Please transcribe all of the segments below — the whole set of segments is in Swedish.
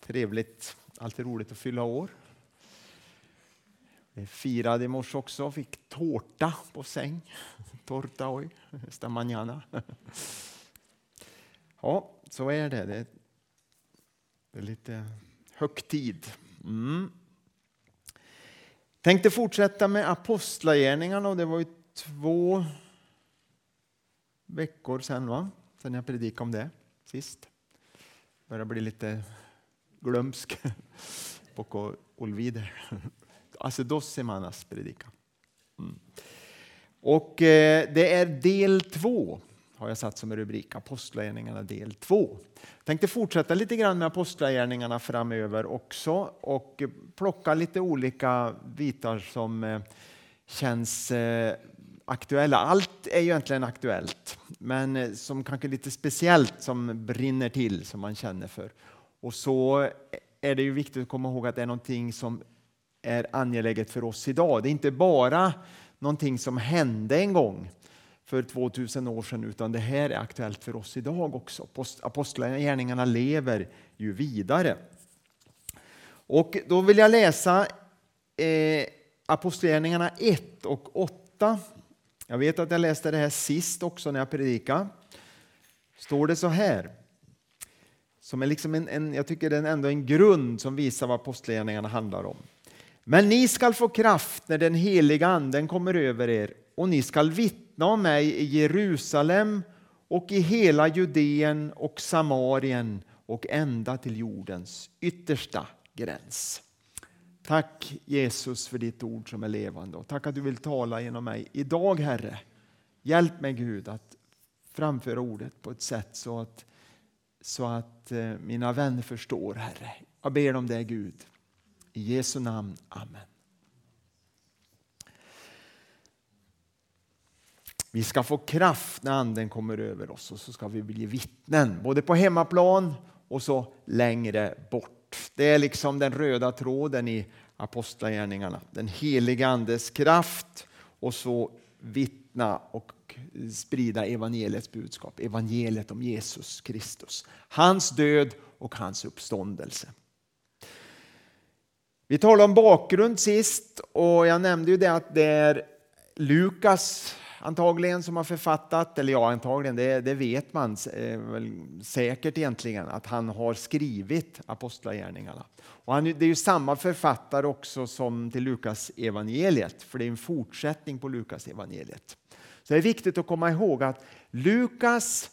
Trevligt, alltid roligt att fylla år. Vi firade i morse också, fick tårta på säng. Torta hoy, esta mañana. Ja, så är det. Det är lite högtid. Tänkte fortsätta med apostlagärningarna, och det var ju 2 veckor sedan, va? Sen jag predikade om det sist. Börjar bli lite glömsk. Poco olvide. Hace 2 semanas predika. Och det är del 2, har jag satt som rubrik. Apostlagärningarna del 2. Tänkte fortsätta lite grann med apostlagärningarna framöver också. Och plocka lite olika bitar som känns aktuella. Allt är ju egentligen aktuellt. Men som kanske lite speciellt som brinner till, som man känner för. Och så är det ju viktigt att komma ihåg att det är någonting som är angeläget för oss idag. Det är inte bara någonting som hände en gång för 2000 år sedan, utan det här är aktuellt för oss idag också. Apostlagärningarna lever ju vidare. Och då vill jag läsa Apostlagärningarna 1 och 8. Jag vet att jag läste det här sist också när jag predikade. Står det så här. Som är liksom jag tycker det är ändå en grund som visar vad apostlagärningarna handlar om. Men ni skall få kraft när den heliga anden kommer över er, och ni skall vittna om mig i Jerusalem och i hela Judeen och Samarien och ända till jordens yttersta gräns. Tack Jesus för ditt ord som är levande, och tack att du vill tala genom mig idag, Herre. Hjälp mig Gud att framföra ordet på ett sätt så att mina vänner förstår, Herre. Jag ber om det, Gud. I Jesu namn. Amen. Vi ska få kraft när anden kommer över oss, och så ska vi bli vittnen. Både på hemmaplan och så längre bort. Det är liksom den röda tråden i apostlagärningarna. Den heliga andes kraft, och så vittna och sprida evangeliets budskap. Evangeliet om Jesus Kristus. Hans död och hans uppståndelse. Vi talade om bakgrund sist, och jag nämnde ju det att det är Lukas antagligen som har författat, eller ja, antagligen, det vet man väl säkert egentligen, att han har skrivit apostlagärningarna. Och det är ju samma författare också som till Lukas evangeliet, för det är en fortsättning på Lukas evangeliet. Så det är viktigt att komma ihåg att Lukas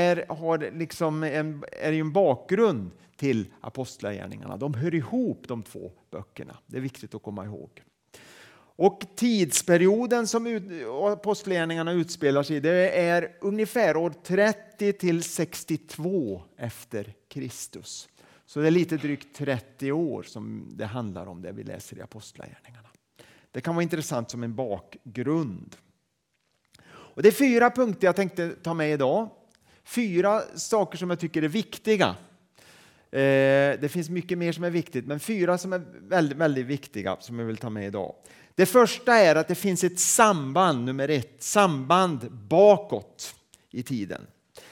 är en bakgrund till apostlagärningarna. De hör ihop, de 2 böckerna. Det är viktigt att komma ihåg. Och tidsperioden som apostlagärningarna utspelar sig i, det är ungefär år 30 till 62 efter Kristus. Så det är lite drygt 30 år som det handlar om, det vi läser i apostlagärningarna. Det kan vara intressant som en bakgrund. Och det är 4 punkter jag tänkte ta med idag. 4 saker som jag tycker är viktiga. Det finns mycket mer som är viktigt, men 4 som är väldigt, väldigt viktiga som jag vill ta med idag. Det första är att det finns ett samband, nummer 1, samband bakåt i tiden.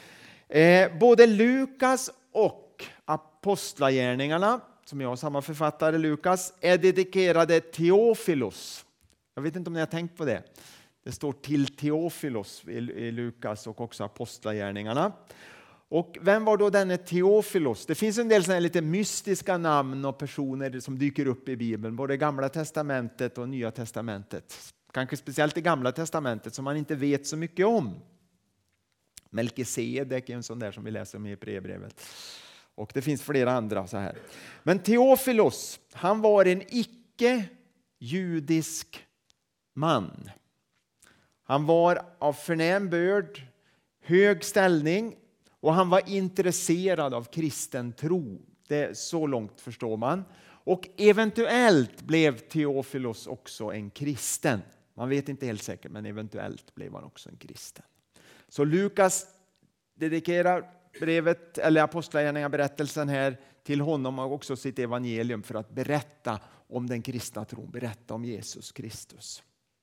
Både Lukas och apostlagärningarna, som jag har samma författare Lukas, är dedikerade Teofilos. Jag vet inte om ni har tänkt på det. Det står till Teofilos i Lukas och också apostlagärningarna. Och vem var då denne Teofilos? Det finns en del sådana lite mystiska namn och personer som dyker upp i Bibeln, både Gamla testamentet och Nya testamentet. Kanske speciellt i Gamla testamentet som man inte vet så mycket om. Melkisedek är en sån där som vi läser om i Hebreerbrevet. Och det finns flera andra så här. Men Teofilos, han var en icke-judisk man. Han var av förnäm börd, hög ställning, och han var intresserad av kristen tro. Det är så långt förstår man. Och eventuellt blev Teofilos också en kristen. Man vet inte helt säkert, men eventuellt blev han också en kristen. Så Lukas dedikerar brevet, eller apostlagärningarna, berättelsen här till honom, och också sitt evangelium för att berätta om den kristna tron, berätta om Jesus Kristus.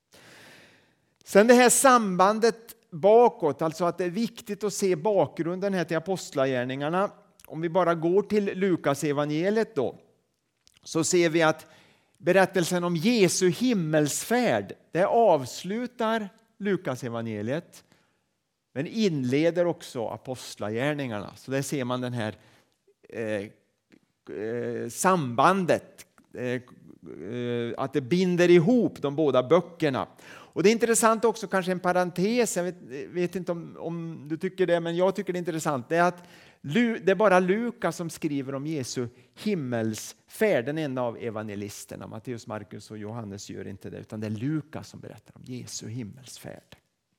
Sen det här sambandet bakåt, alltså att det är viktigt att se bakgrunden här till apostlagärningarna. om vi bara går till Lukas evangeliet då, så ser vi att berättelsen om Jesu himmelsfärd, det avslutar Lukas evangeliet, men inleder också apostlagärningarna. Så där ser man den här sambandet, att det binder ihop de båda böckerna. Och det är intressant också, kanske en parentes, jag vet inte om du tycker det, men jag tycker det är intressant, det är att det är bara Lukas som skriver om Jesu himmelsfärd, den enda av evangelisterna. Matteus, Markus och Johannes gör inte det, utan det är Lukas som berättar om Jesu himmelsfärd.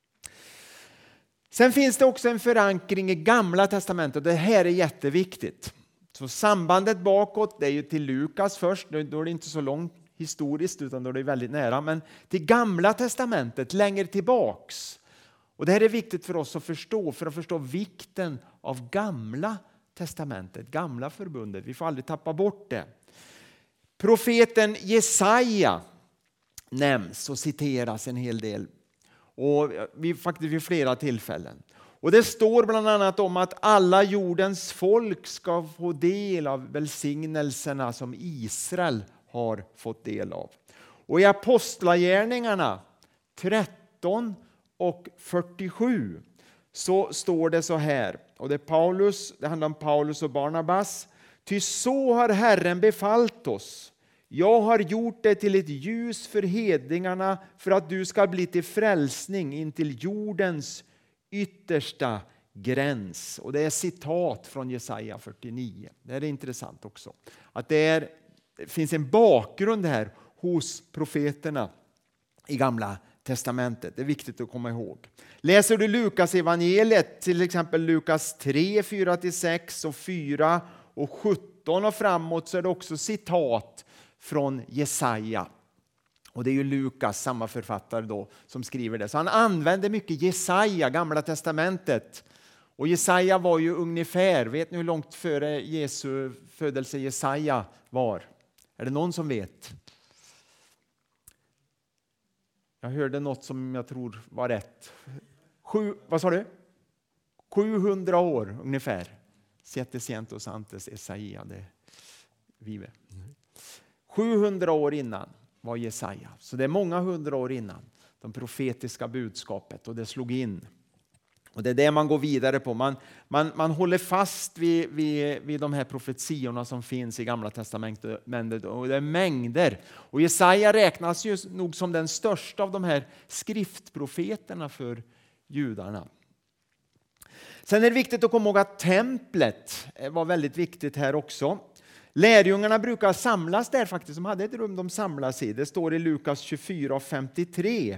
Sen finns det också en förankring i Gamla testamentet, och det här är jätteviktigt. Så sambandet bakåt, det är ju till Lukas först, då är det inte så långt historiskt utan då är det väldigt nära, men till Gamla testamentet längre tillbaks. Och det här är viktigt för oss att förstå, för att förstå vikten av Gamla testamentet, Gamla förbundet. Vi får aldrig tappa bort det. Profeten Jesaja nämns och citeras en hel del, och faktiskt vid flera tillfällen. Och det står bland annat om att alla jordens folk ska få del av välsignelserna som Israel har fått del av. Och i Apostlagärningarna 13 och 47 så står det så här, och det handlar om Paulus och Barnabas. Ty så har Herren befallt oss. Jag har gjort det till ett ljus för hedningarna, för att du ska bli till frälsning in till jordens yttersta gräns. Och det är citat från Jesaja 49. Det är intressant också. Att det finns en bakgrund här hos profeterna i Gamla testamentet. Det är viktigt att komma ihåg. Läser du Lukas evangeliet, till exempel Lukas 3, 4-6 och 4 och 17 och framåt, så är det också citat från Jesaja. Och det är ju Lukas, samma författare då, som skriver det. Så han använder mycket Jesaja, Gamla testamentet. Och Jesaja var ju ungefär, vet ni hur långt före Jesu födelse Jesaja var? Är det någon som vet? Jag hörde något som jag tror var rätt. Vad sa du? 700 år ungefär. Setecientos antes Jesaja. 700 år innan var Jesaja. Så det är många 100 år innan de profetiska budskapet, och det slog in. Och det är det man går vidare på. Man håller fast vid de här profetiorna som finns i Gamla testamentet, och det är mängder. Och Jesaja räknas ju nog som den största av de här skriftprofeterna för judarna. Sen är det viktigt att komma ihåg att templet var väldigt viktigt här också. Lärjungarna brukar samlas där faktiskt. De hade ett rum de samlas i. Det står i Lukas 24 och 53.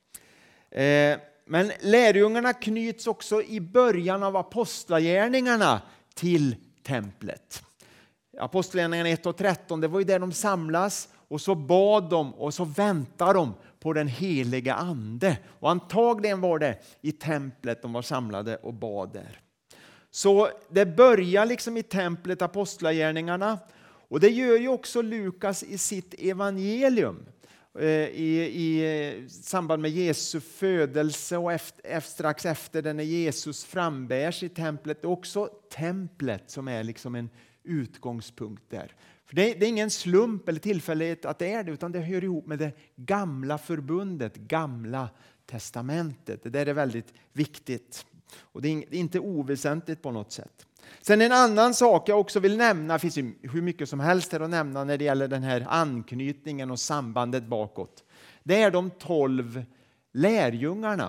Men lärjungarna knyts också i början av apostlagärningarna till templet. Apostlagärningarna 1 och 13, det var ju där de samlas, och så bad de och så väntar de på den heliga ande. Och antagligen var det i templet de var samlade och bad där. Så det börjar liksom i templet, apostlagärningarna, och det gör ju också Lukas i sitt evangelium. I samband med Jesu födelse och strax efter det när Jesus frambärs i templet. Det är också templet som är liksom en utgångspunkt där. För det är ingen slump eller tillfällighet att det är det, utan det hör ihop med det gamla förbundet, Gamla testamentet. Det där är väldigt viktigt. Och det är inte oväsentligt på något sätt. Sen en annan sak jag också vill nämna, det finns ju hur mycket som helst här att nämna när det gäller den här anknytningen och sambandet bakåt. Det är de 12 lärjungarna.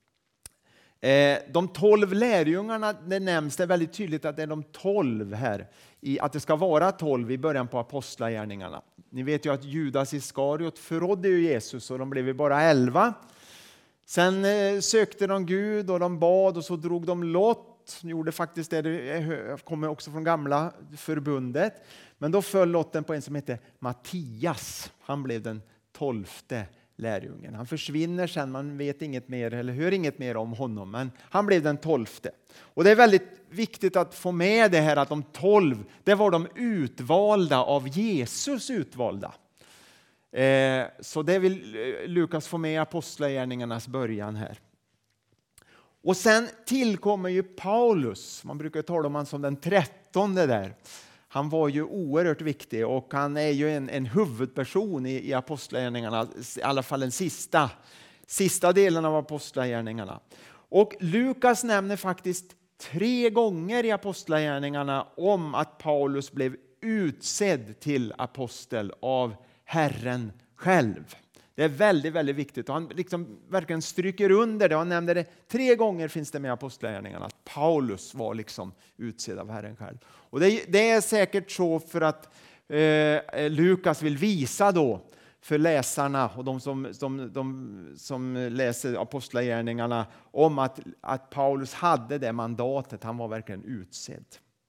De 12 lärjungarna, det nämns det väldigt tydligt att det är de 12 här. Att det ska vara 12 i början på apostlagärningarna. Ni vet ju att Judas Iskariot förrådde ju Jesus, och de blev ju bara 11. Sen sökte de Gud och de bad, och så drog de lott. Gjorde faktiskt det kommer också från Gamla förbundet. Men då föll lotten på en som heter Mattias. Han blev den 12:e lärjungen. Han försvinner sen, man vet inget mer eller hör inget mer om honom. Men han blev den 12:e. Och det är väldigt viktigt att få med det här att de 12, det var de utvalda av Jesus utvalda. Så det vill Lukas få med i apostlagärningarnas början här. Och sen tillkommer ju Paulus. Man brukar tala om honom som den 13 där. Han var ju oerhört viktig och han är ju en huvudperson i apostlagärningarna, i alla fall den sista delen av apostlagärningarna. Och Lukas nämner faktiskt 3 gånger i apostlagärningarna om att Paulus blev utsedd till apostel av Herren själv. Det är väldigt, väldigt viktigt och han liksom verkligen stryker under det. Han nämner det 3 gånger, finns det med i apostlagärningarna, att Paulus var liksom utsedd av Herren själv. Och det är säkert så för att Lukas vill visa då för läsarna och de som läser apostlagärningarna om att Paulus hade det mandatet. Han var verkligen utsedd.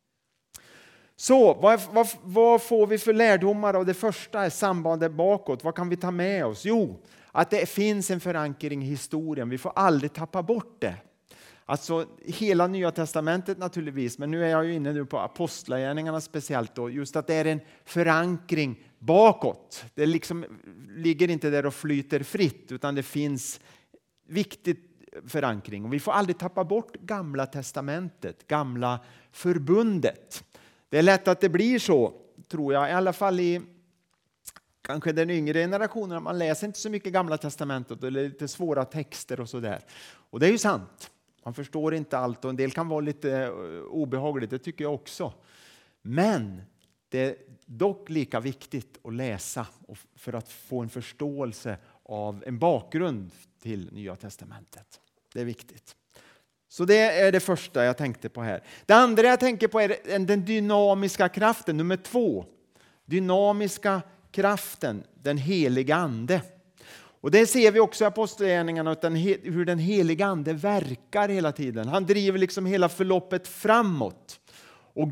Så vad får vi för lärdomar av det första sambandet bakåt? Vad kan vi ta med oss? Jo, att det finns en förankring i historien. Vi får aldrig tappa bort det. Alltså hela Nya testamentet naturligtvis, men nu är jag ju inne nu på apostlagärningarna speciellt då, just att det är en förankring bakåt. Det liksom ligger inte där och flyter fritt, utan det finns viktig förankring. Och vi får aldrig tappa bort gamla testamentet, gamla förbundet. Det är lätt att det blir så, tror jag, i alla fall i kanske den yngre generationen. Man läser inte så mycket gamla testamentet, eller lite svåra texter och sådär. Och det är ju sant. Man förstår inte allt och en del kan vara lite obehagligt, det tycker jag också. Men det är dock lika viktigt att läsa för att få en förståelse av en bakgrund till Nya testamentet. Det är viktigt. Så det är det första jag tänkte på här. Det andra jag tänker på är den dynamiska kraften, nummer 2. Dynamiska kraften, den heliga ande. Och det ser vi också i apostlagärningarna, hur den heliga ande verkar hela tiden. Han driver liksom hela förloppet framåt. Och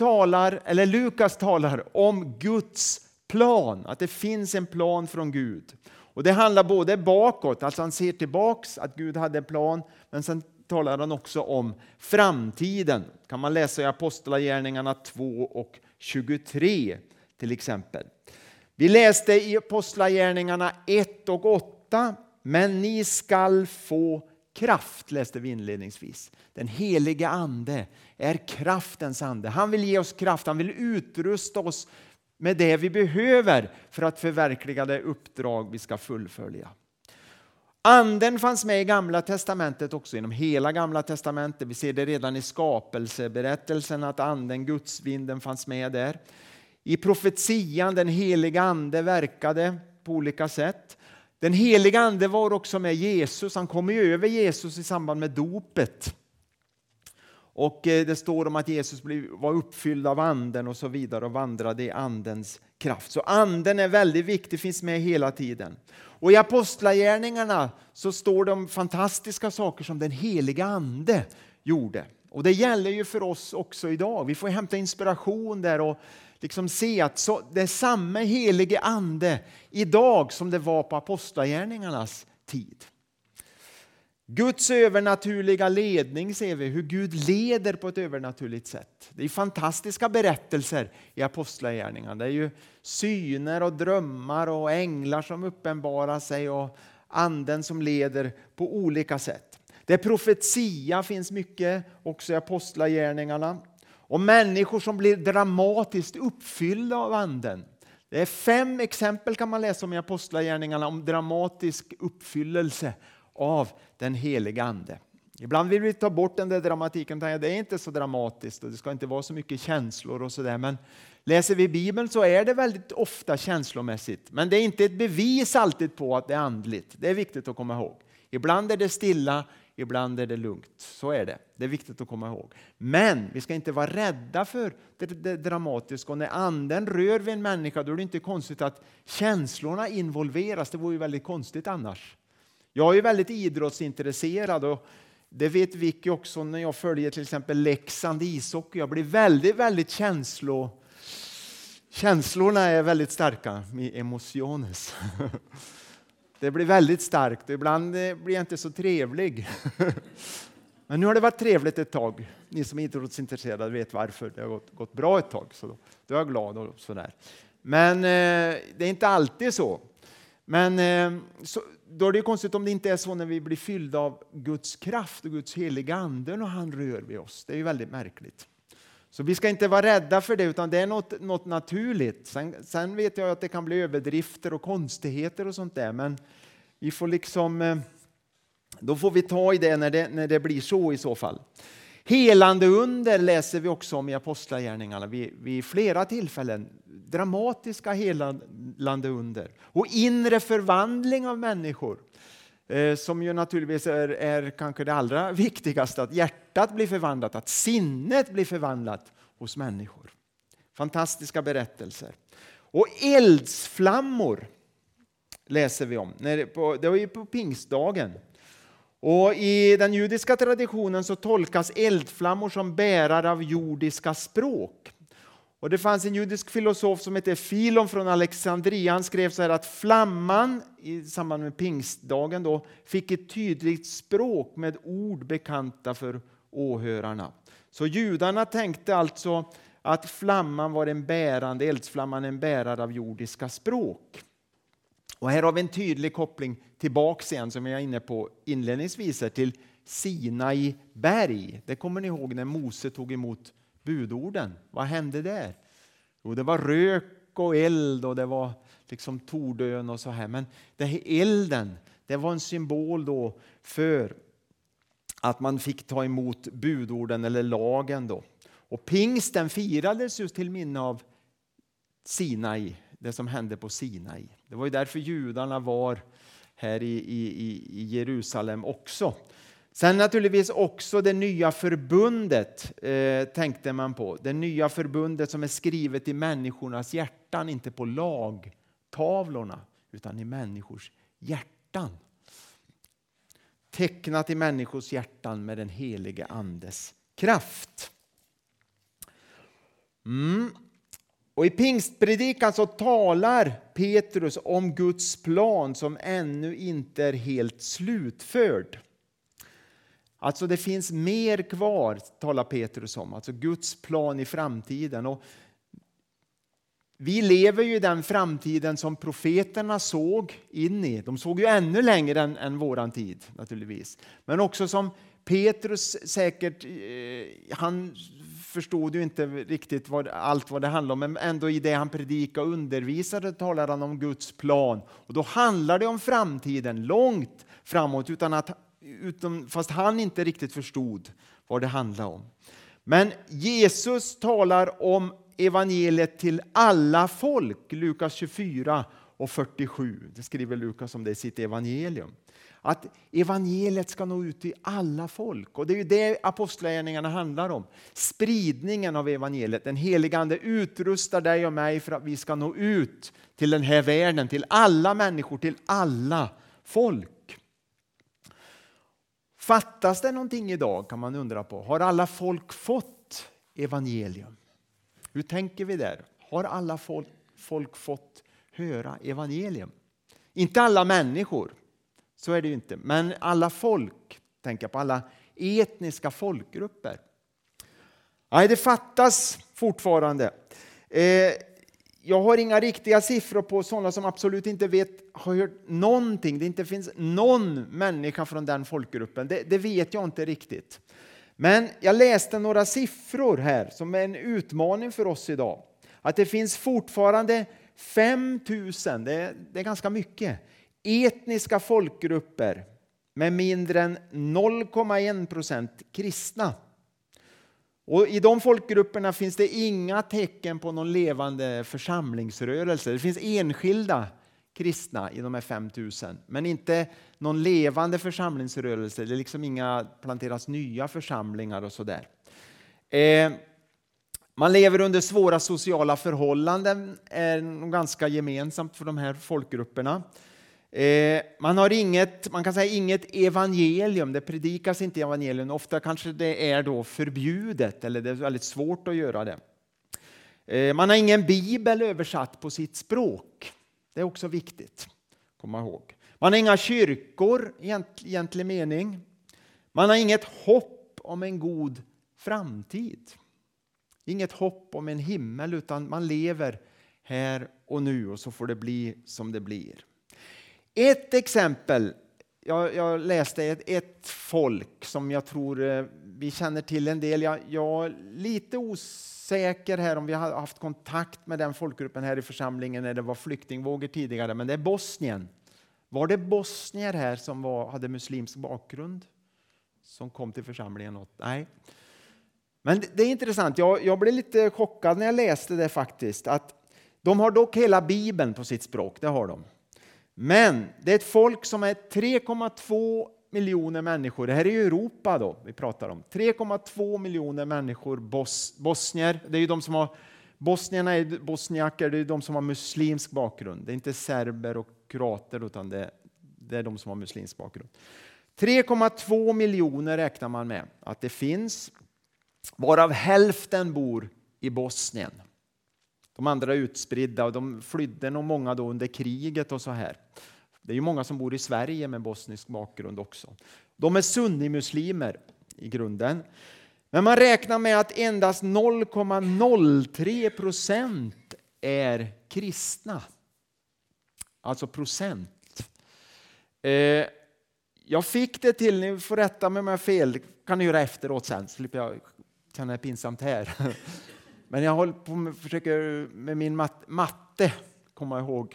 Lukas talar om Guds plan, att det finns en plan från Gud. Och det handlar både bakåt, alltså han ser tillbaks att Gud hade en plan, men sen talar han också om framtiden. Kan man läsa i apostlagärningarna 2 och 23 till exempel. Vi läste i apostlagärningarna 1 och 8, men ni skall få kraft, läste vi inledningsvis. Den heliga ande är kraftens ande. Han vill ge oss kraft, han vill utrusta oss med det vi behöver för att förverkliga det uppdrag vi ska fullfölja. Anden fanns med i Gamla testamentet också, genom hela Gamla testamentet. Vi ser det redan i skapelseberättelsen att anden, gudsvinden fanns med där. I profetian, den heliga ande verkade på olika sätt. Den heliga ande var också med Jesus, han kom ju över Jesus i samband med dopet. Och det står om att Jesus var uppfylld av anden och så vidare och vandrade i andens kraft. Så anden är väldigt viktig, finns med hela tiden. Och i apostlagärningarna så står det om fantastiska saker som den heliga ande gjorde. Och det gäller ju för oss också idag. Vi får hämta inspiration där och liksom se att det är samma helige ande idag som det var på apostlagärningarnas tid. Guds övernaturliga ledning ser vi, hur Gud leder på ett övernaturligt sätt. Det är fantastiska berättelser i apostlagärningarna. Det är ju syner och drömmar och änglar som uppenbarar sig och anden som leder på olika sätt. Det profetia finns mycket också i apostlagärningarna. Och människor som blir dramatiskt uppfyllda av anden. Det är 5 exempel kan man läsa om i apostlagärningarna om dramatisk uppfyllelse av den heliga ande. Ibland vill vi ta bort den där dramatiken. Det är inte så dramatiskt och det ska inte vara så mycket känslor och sådär. Men läser vi Bibeln så är det väldigt ofta känslomässigt. Men det är inte ett bevis alltid på att det är andligt. Det är viktigt att komma ihåg. Ibland är det stilla, ibland är det lugnt. Så är det. Det är viktigt att komma ihåg. Men vi ska inte vara rädda för det dramatiska. Och när anden rör vid en människa då är det inte konstigt att känslorna involveras. Det vore ju väldigt konstigt annars. Jag är väldigt idrottsintresserad och det vet Vicky också när jag följer till exempel Leksand ishockey. Jag blir väldigt, väldigt känslorna är väldigt starka. Emotiones. Det blir väldigt starkt och ibland blir jag inte så trevlig. Men nu har det varit trevligt ett tag. Ni som är idrottsintresserade vet varför. Det har gått bra ett tag. Så då är jag glad och sådär. Men det är inte alltid så. Men då är det konstigt om det inte är så när vi blir fyllda av Guds kraft och Guds heliga ande och han rör vid oss. Det är ju väldigt märkligt. Så vi ska inte vara rädda för det, utan det är något naturligt. Sen vet jag att det kan bli överdrifter och konstigheter och sånt där, men vi får då får vi ta i det när det blir så i så fall. Helande under läser vi också om i Apostlagärningarna vid flera tillfällen. Dramatiska helande under. Och inre förvandling av människor. Som ju naturligtvis är kanske det allra viktigaste. Att hjärtat blir förvandlat, att sinnet blir förvandlat hos människor. Fantastiska berättelser. Och eldsflammor läser vi om. Det var ju på pingstdagen. Och i den judiska traditionen så tolkas eldflammor som bärare av jordiska språk. Och det fanns en judisk filosof som heter Filon från Alexandria. Han skrev så här att flamman i samband med pingstdagen då fick ett tydligt språk med ord bekanta för åhörarna. Så judarna tänkte alltså att flamman var eldsflamman en bärare av jordiska språk. Och här har vi en tydlig koppling tillbaks igen som jag är inne på inledningsvis till Sinai berg. Det kommer ni ihåg när Mose tog emot budorden. Vad hände där? Jo, det var rök och eld och det var liksom tordön och så här. Men det här elden, det var en symbol då för att man fick ta emot budorden eller lagen då. Och pingsten firades just till minne av Sinai, det som hände på Sinai. Det var ju därför judarna var här i Jerusalem också. Sen naturligtvis också det nya förbundet tänkte man på. Det nya förbundet som är skrivet i människornas hjärtan, inte på lagtavlorna utan i människors hjärtan. Tecknat i människors hjärtan med den helige andes kraft. Och i pingstpredikan så talar Petrus om Guds plan som ännu inte är helt slutförd. Alltså det finns mer kvar, talar Petrus om. Alltså Guds plan i framtiden. Och vi lever ju i den framtiden som profeterna såg in i. De såg ju ännu längre än våran tid naturligtvis. Men också som Petrus säkert, han förstod ju inte riktigt allt vad det handlade om. Men ändå i det han predikade och undervisade talar han om Guds plan. Och då handlar det om framtiden långt framåt fast han inte riktigt förstod vad det handlade om. Men Jesus talar om evangeliet till alla folk. Lukas 24 och 47. Det skriver Lukas om det i sitt evangelium. Att evangeliet ska nå ut till alla folk. Och det är ju det apostlagärningarna handlar om. Spridningen av evangeliet. Den helige ande utrustar dig och mig för att vi ska nå ut till den här världen. Till alla människor, till alla folk. Fattas det någonting idag kan man undra på. Har alla folk fått evangelium? Hur tänker vi där? Har alla folk fått höra evangelium? Inte alla människor. Så är det ju inte. Men alla folk, tänker på alla etniska folkgrupper. Nej, det fattas fortfarande. Jag har inga riktiga siffror på sådana som absolut inte har hört någonting. Det inte finns någon människa från den folkgruppen. Det vet jag inte riktigt. Men jag läste några siffror här som är en utmaning för oss idag. Att det finns fortfarande 5000, det är ganska mycket, etniska folkgrupper med mindre än 0,1% kristna. Och i de folkgrupperna finns det inga tecken på någon levande församlingsrörelse. Det finns enskilda kristna i de här 5000, men inte någon levande församlingsrörelse. Det är liksom inga planteras nya församlingar och sådär. Man lever under svåra sociala förhållanden, är ganska gemensamt för de här folkgrupperna. Man har inget evangelium, det predikas inte evangelium. Ofta kanske det är då förbjudet eller det är väldigt svårt att göra det. Man har ingen bibel översatt på sitt språk. Det är också viktigt, komma ihåg. Man har inga kyrkor i egentlig mening. Man har inget hopp om en god framtid. Inget hopp om en himmel, utan man lever här och nu och så får det bli som det blir. Ett exempel jag läste ett folk som jag tror vi känner till en del. Jag är lite osäker här om vi har haft kontakt med den folkgruppen här i församlingen när det var flyktingvågor tidigare. Men det är Bosnien. Var det bosnier här som hade muslimsk bakgrund som kom till församlingen? Nej. Men det är intressant. Jag blev lite chockad när jag läste det faktiskt. Att de har dock hela Bibeln på sitt språk, det har de. Men det är ett folk som är 3,2 miljoner människor. Det här är ju Europa då vi pratar om. 3,2 miljoner människor bosnier. Det är ju de som har, bosnierna är bosniaker, det är de som har muslimsk bakgrund. Det är inte serber och kroater utan det är de som har muslimsk bakgrund. 3,2 miljoner räknar man med att det finns. Varav hälften bor i Bosnien. De andra är utspridda och de flydde nog många då under kriget och så här. Det är ju många som bor i Sverige med bosnisk bakgrund också. De är sunnimuslimer i grunden. Men man räknar med att endast 0,03% är kristna. Alltså procent. Jag fick det till, ni får rätta mig om jag har fel, kan ni göra efteråt sen så slipper jag känna det pinsamt här. Men jag håller på med, försöker med min matte komma ihåg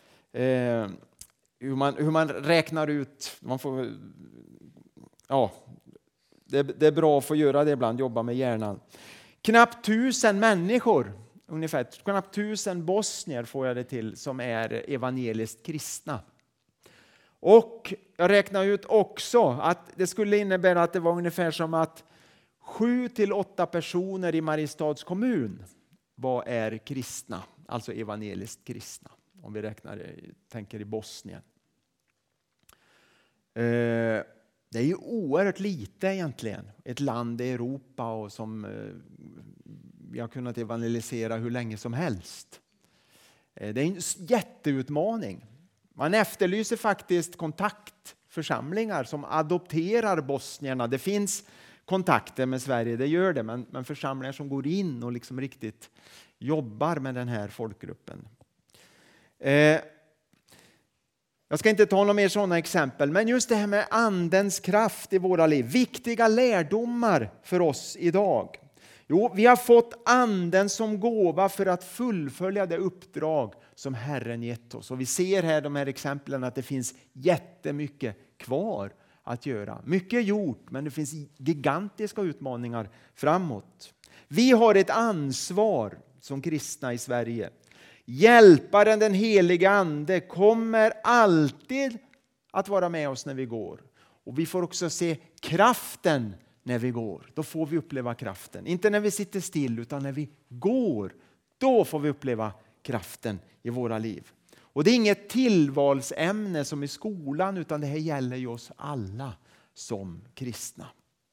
hur man räknar ut. Man får, ja, det är bra att få göra det ibland, jobba med hjärnan. Knappt 1000 människor, ungefär knappt 1000 bosnier får jag det till som är evangeliskt kristna. Och jag räknar ut också att det skulle innebära att det var ungefär som att 7-8 personer i Mariestads kommun är kristna, alltså evangeliskt kristna. Om vi tänker i Bosnien. Det är ju oerhört lite egentligen. Ett land i Europa och som vi har kunnat evangelisera hur länge som helst. Det är en jätteutmaning. Man efterlyser faktiskt kontaktförsamlingar som adopterar bosnierna. Det finns kontakter med Sverige, det gör det. Men församlingar som går in och liksom riktigt jobbar med den här folkgruppen. Jag ska inte ta några mer sådana exempel. Men just det här med andens kraft i våra liv. Viktiga lärdomar för oss idag. Jo, vi har fått anden som gåva för att fullfölja det uppdrag som Herren gett oss. Och vi ser här de här exemplen att det finns jättemycket kvar att göra. Mycket är gjort, men det finns gigantiska utmaningar framåt. Vi har ett ansvar som kristna i Sverige. Hjälparen, den heliga ande, kommer alltid att vara med oss när vi går. Och vi får också se kraften när vi går. Då får vi uppleva kraften. Inte när vi sitter still, utan när vi går. Då får vi uppleva kraften i våra liv. Och det är inget tillvalsämne som i skolan, utan det här gäller ju oss alla som kristna.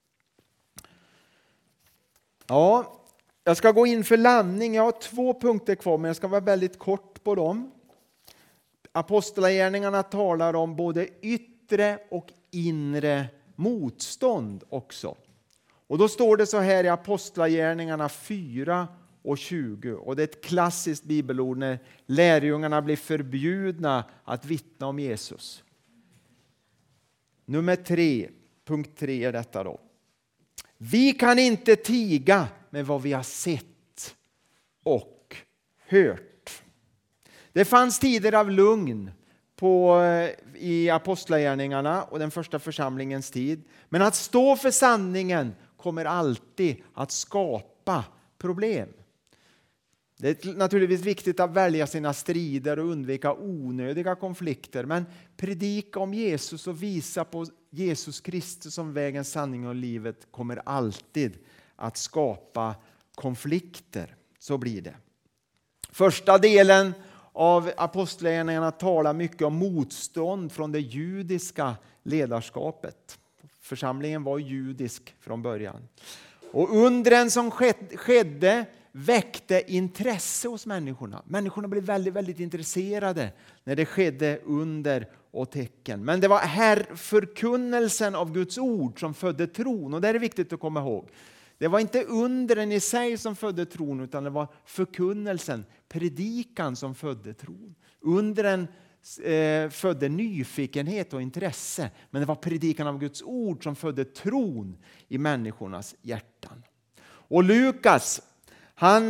Ja, jag ska gå in för landning. Jag har 2 punkter kvar, men jag ska vara väldigt kort på dem. Apostlagärningarna talar om både yttre och inre motstånd också. Och då står det så här i Apostlagärningarna 4:20. Och det är ett klassiskt bibelord när lärjungarna blir förbjudna att vittna om Jesus. Nummer 3, punkt 3 är detta då. Vi kan inte tiga med vad vi har sett och hört. Det fanns tider av lugn i apostlagärningarna och den första församlingens tid. Men att stå för sanningen kommer alltid att skapa problem. Det är naturligtvis viktigt att välja sina strider och undvika onödiga konflikter. Men predika om Jesus och visa på Jesus Kristus som vägen, sanningen och livet kommer alltid att skapa konflikter. Så blir det. Första delen av apostlagärningarna talar mycket om motstånd från det judiska ledarskapet. Församlingen var judisk från början. Och undren som skedde väckte intresse hos människorna. Människorna blev väldigt, väldigt intresserade när det skedde under och tecken. Men det var förkunnelsen av Guds ord som födde tron. Och det är viktigt att komma ihåg. Det var inte undren i sig som födde tron, utan det var förkunnelsen, predikan som födde tron. Undren födde nyfikenhet och intresse. Men det var predikan av Guds ord som födde tron i människornas hjärtan. Och Lukas, han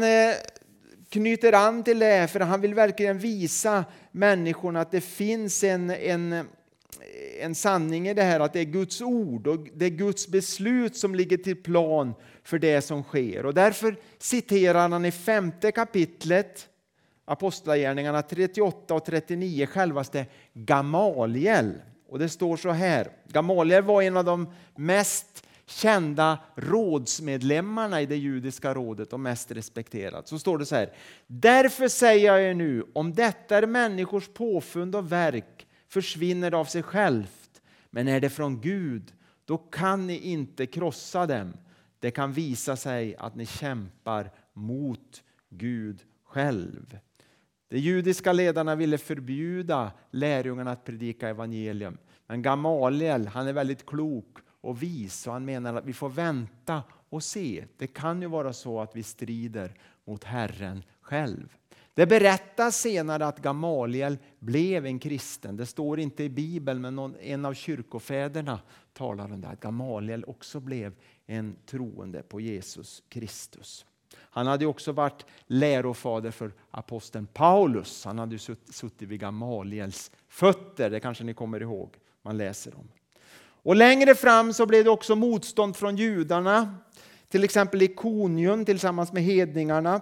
knyter an till det, för han vill verkligen visa människorna att det finns en sanning i det här, att det är Guds ord och det är Guds beslut som ligger till plan för det som sker. Och därför citerar han i 5:e kapitlet Apostlagärningarna 38 och 39 självaste Gamaliel. Och det står så här: Gamaliel var en av de mest kända rådsmedlemmarna i det judiska rådet och mest respekterad. Så står det så här: därför säger jag er nu, om detta är människors påfund och verk försvinner det av sig självt. Men är det från Gud, då kan ni inte krossa dem. Det kan visa sig att ni kämpar mot Gud själv. De judiska ledarna ville förbjuda lärjungarna att predika evangelium. Men Gamaliel, han är väldigt klok och vis, och han menar att vi får vänta och se. Det kan ju vara så att vi strider mot Herren själv. Det berättas senare att Gamaliel blev en kristen. Det står inte i Bibeln, men en av kyrkofäderna talar om det, att Gamaliel också blev en troende på Jesus Kristus. Han hade också varit lärofader för aposteln Paulus. Han hade suttit vid Gamaliels fötter, det kanske ni kommer ihåg, man läser om. Och längre fram så blev det också motstånd från judarna, till exempel i Ikonium tillsammans med hedningarna.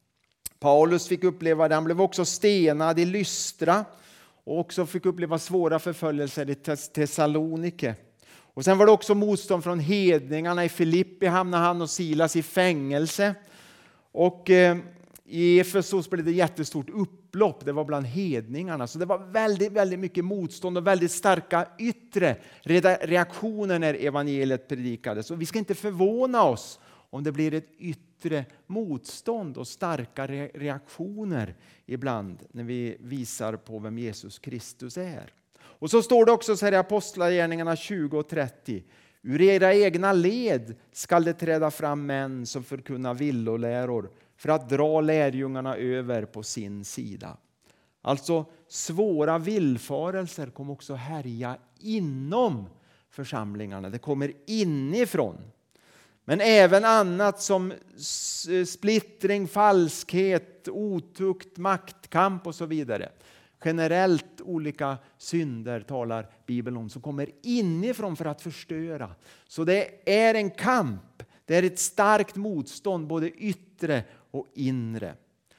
Paulus fick uppleva det, han blev också stenad i Lystra och också fick uppleva svåra förföljelser i Thessalonike. Och sen var det också motstånd från hedningarna. I Filippi hamnade han och Silas i fängelse. Och i Efesos blev det jättestort upplopp. Det var bland hedningarna. Så det var väldigt, väldigt mycket motstånd och väldigt starka yttre reaktioner när evangeliet predikades. Och vi ska inte förvåna oss om det blir ett yttre motstånd och starka reaktioner ibland när vi visar på vem Jesus Kristus är. Och så står det också så här i Apostlagärningarna 20 och 30. Ur era egna led skall det träda fram män som förkunnar villoläror för att dra lärjungarna över på sin sida. Alltså svåra villfarelser kommer också härja inom församlingarna. Det kommer inifrån. Men även annat som splittring, falskhet, otukt, maktkamp och så vidare. Generellt olika synder talar Bibeln om som kommer inifrån för att förstöra. Så det är en kamp. Det är ett starkt motstånd, både yttre och inre.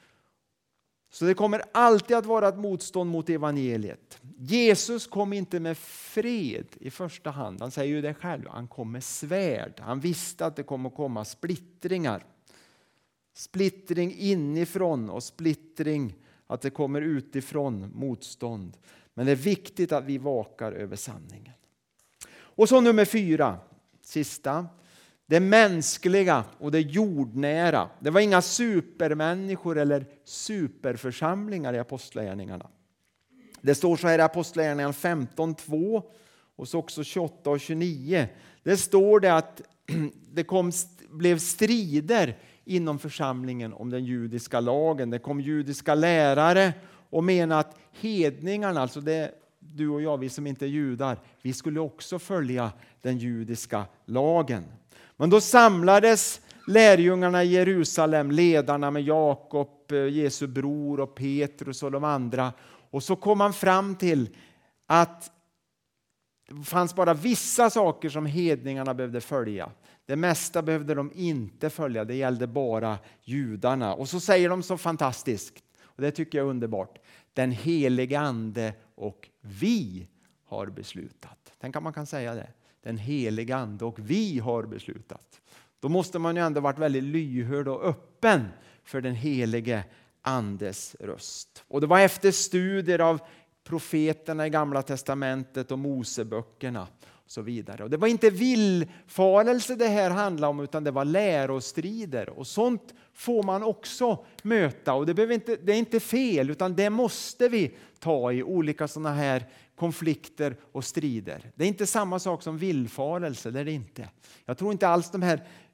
Så det kommer alltid att vara ett motstånd mot evangeliet. Jesus kom inte med fred i första hand. Han säger ju det själv. Han kom med svärd. Han visste att det kommer att komma splittringar. Splittring inifrån och splittring att det kommer utifrån motstånd. Men det är viktigt att vi vakar över sanningen. Och så nummer 4, sista. Det mänskliga och det jordnära. Det var inga supermänniskor eller superförsamlingar i apostlagärningarna. Det står så här i Apostlagärningarna 15:2 och så också 28 och 29. Det står det att det blev strider inom församlingen om den judiska lagen. Det kom judiska lärare och menade att hedningarna, alltså det du och jag, vi som inte är judar, vi skulle också följa den judiska lagen. Men då samlades lärjungarna i Jerusalem, ledarna med Jakob, Jesu bror och Petrus och de andra. Och så kom man fram till att det fanns bara vissa saker som hedningarna behövde följa. Det mesta behövde de inte följa, det gällde bara judarna. Och så säger de så fantastiskt, och det tycker jag är underbart. Den helige ande och vi har beslutat. Tänk att man kan säga det. Den helige ande och vi har beslutat. Då måste man ju ändå varit väldigt lyhörd och öppen för den helige andes röst. Och det var efter studier av profeterna i Gamla testamentet och Moseböckerna och så vidare. Och det var inte villfarelse det här handlade om, utan det var lärostrider. Och sånt får man också möta. Och det är inte fel, utan det måste vi ta i olika sådana här konflikter och strider. Det är inte samma sak som villfarelse, det är det inte. Jag tror inte alls de här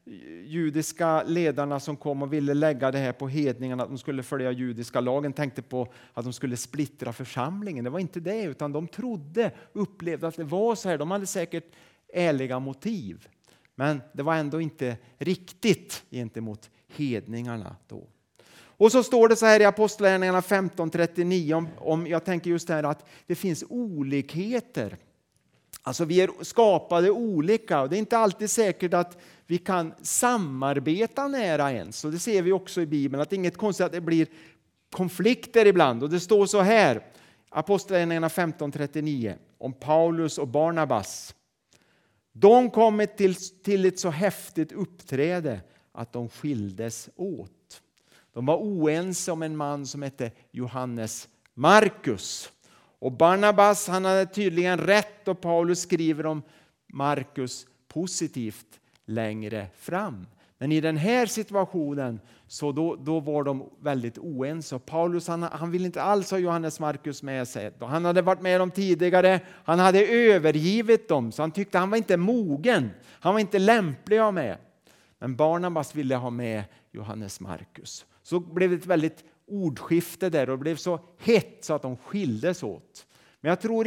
judiska ledarna som kom och ville lägga det här på hedningarna, att de skulle följa judiska lagen, tänkte på att de skulle splittra församlingen. Det var inte det, utan de upplevde att det var så här. De hade säkert ärliga motiv, men det var ändå inte riktigt gentemot hedningarna då. Och så står det så här i Apostlagärningarna 15:39 om jag tänker just det här att det finns olikheter. Alltså vi är skapade olika och det är inte alltid säkert att vi kan samarbeta nära ens. Och det ser vi också i Bibeln, att det är inget konstigt att det blir konflikter ibland. Och det står så här, Apostlagärningarna 15:39 om Paulus och Barnabas. De kom till ett så häftigt uppträde att de skildes åt. De var oense om en man som hette Johannes Markus. Och Barnabas, han hade tydligen rätt, och Paulus skriver om Markus positivt längre fram. Men i den här situationen så då var de väldigt oense. Och Paulus han ville inte alls ha Johannes Markus med sig. Han hade varit med dem tidigare, han hade övergivit dem, så han tyckte han var inte mogen. Han var inte lämplig att ha med. Men Barnabas ville ha med Johannes Markus. Så blev det ett väldigt ordskifte där och det blev så hett så att de skildes åt. Men jag tror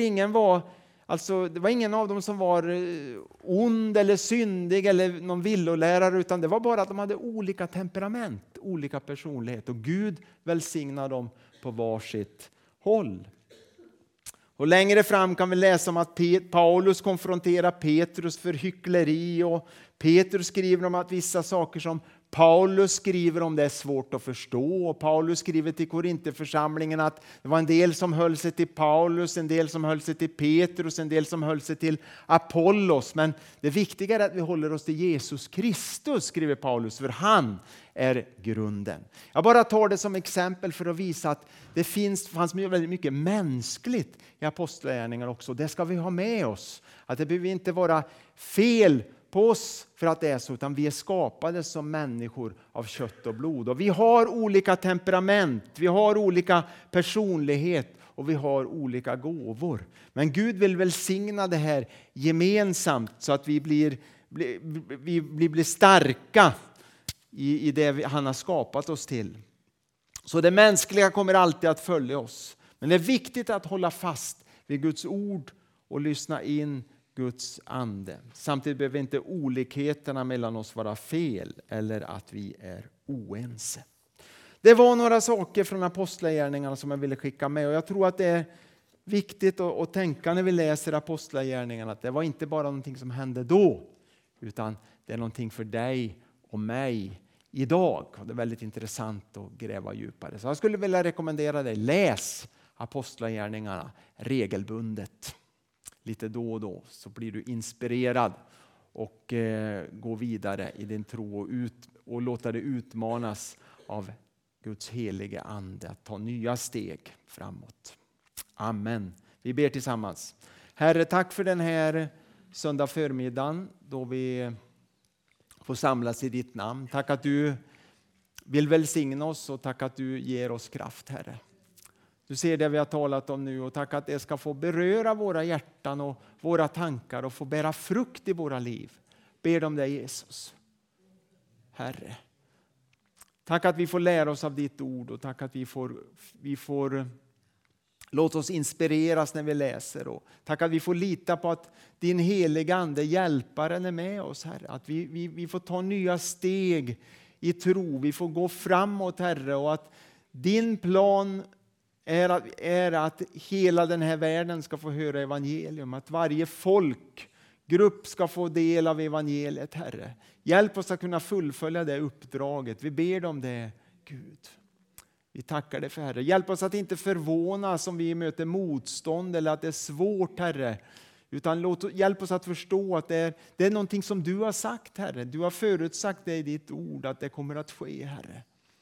det var ingen av dem som var ond eller syndig eller någon villolärare, utan det var bara att de hade olika temperament, olika personlighet, och Gud välsignade dem på varsitt håll. Och längre fram kan vi läsa om att Paulus konfronterar Petrus för hyckleri, och Petrus skriver om att vissa saker som Paulus skriver om det är svårt att förstå. Och Paulus skriver till Korintheförsamlingen att det var en del som höll sig till Paulus, en del som höll sig till Petrus, en del som höll sig till Apollos. Men det viktiga är att vi håller oss till Jesus Kristus, skriver Paulus, för han är grunden. Jag bara tar det som exempel för att visa att det fanns väldigt mycket mänskligt i apostlagärningarna också. Det ska vi ha med oss. Att det behöver inte vara fel på oss för att det är så, utan vi är skapade som människor av kött och blod. Och vi har olika temperament, vi har olika personlighet och vi har olika gåvor. Men Gud vill välsigna det här gemensamt så att vi blir starka i det han har skapat oss till. Så det mänskliga kommer alltid att följa oss. Men det är viktigt att hålla fast vid Guds ord och lyssna in Guds ande. Samtidigt behöver inte olikheterna mellan oss vara fel eller att vi är oense. Det var några saker från apostlagärningarna som jag ville skicka med, och jag tror att det är viktigt att tänka när vi läser apostlagärningarna att det var inte bara någonting som hände då, utan det är någonting för dig och mig idag. Och det är väldigt intressant att gräva djupare. Så jag skulle vilja rekommendera dig, läs apostlagärningarna regelbundet. Lite då och då så blir du inspirerad och gå vidare i din tro och låta dig utmanas av Guds helige ande att ta nya steg framåt. Amen. Vi ber tillsammans. Herre, tack för den här söndag förmiddagen då vi får samlas i ditt namn. Tack att du vill välsigna oss och tack att du ger oss kraft, Herre. Du ser det vi har talat om nu, och tack att det ska få beröra våra hjärtan och våra tankar och få bära frukt i våra liv. Ber om dig, Jesus. Herre. Tack att vi får lära oss av ditt ord, och tack att vi får låta oss inspireras när vi läser. Och tack att vi får lita på att din heliga ande, hjälparen, är med oss, Herre. Att vi får ta nya steg i tro. Vi får gå framåt, Herre, och att din plan är att hela den här världen ska få höra evangelium. Att varje folkgrupp ska få del av evangeliet, Herre. Hjälp oss att kunna fullfölja det uppdraget. Vi ber om det, Gud. Vi tackar dig för, Herre. Hjälp oss att inte förvånas om vi möter motstånd eller att det är svårt, Herre. Utan hjälp oss att förstå att det är någonting som du har sagt, Herre. Du har förutsagt det i ditt ord att det kommer att ske, Herre.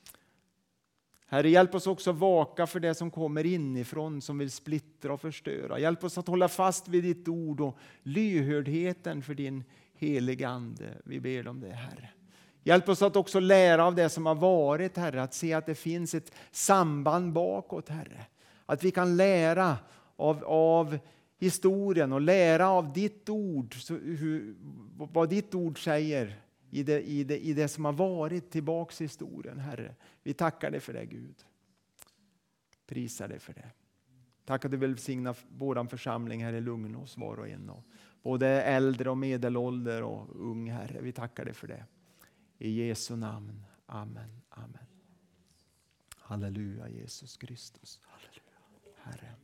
Herre, hjälp oss också vaka för det som kommer inifrån som vill splittra och förstöra. Hjälp oss att hålla fast vid ditt ord och lyhördheten för din heliga ande. Vi ber om det, Herre. Hjälp oss att också lära av det som har varit, Herre. Att se att det finns ett samband bakåt, Herre. Att vi kan lära av historien och lära av ditt ord. Vad ditt ord säger i det som har varit tillbaks i historien, Herre. Vi tackar dig för det, Gud. Prisar dig för det. Tack att du vill välsigna vår församling här i Lugnås, var och en. Både äldre och medelålder och ung, Herre. Vi tackar dig för det. I Jesu namn. Amen. Amen. Halleluja, Jesus Kristus. Halleluja, Herre.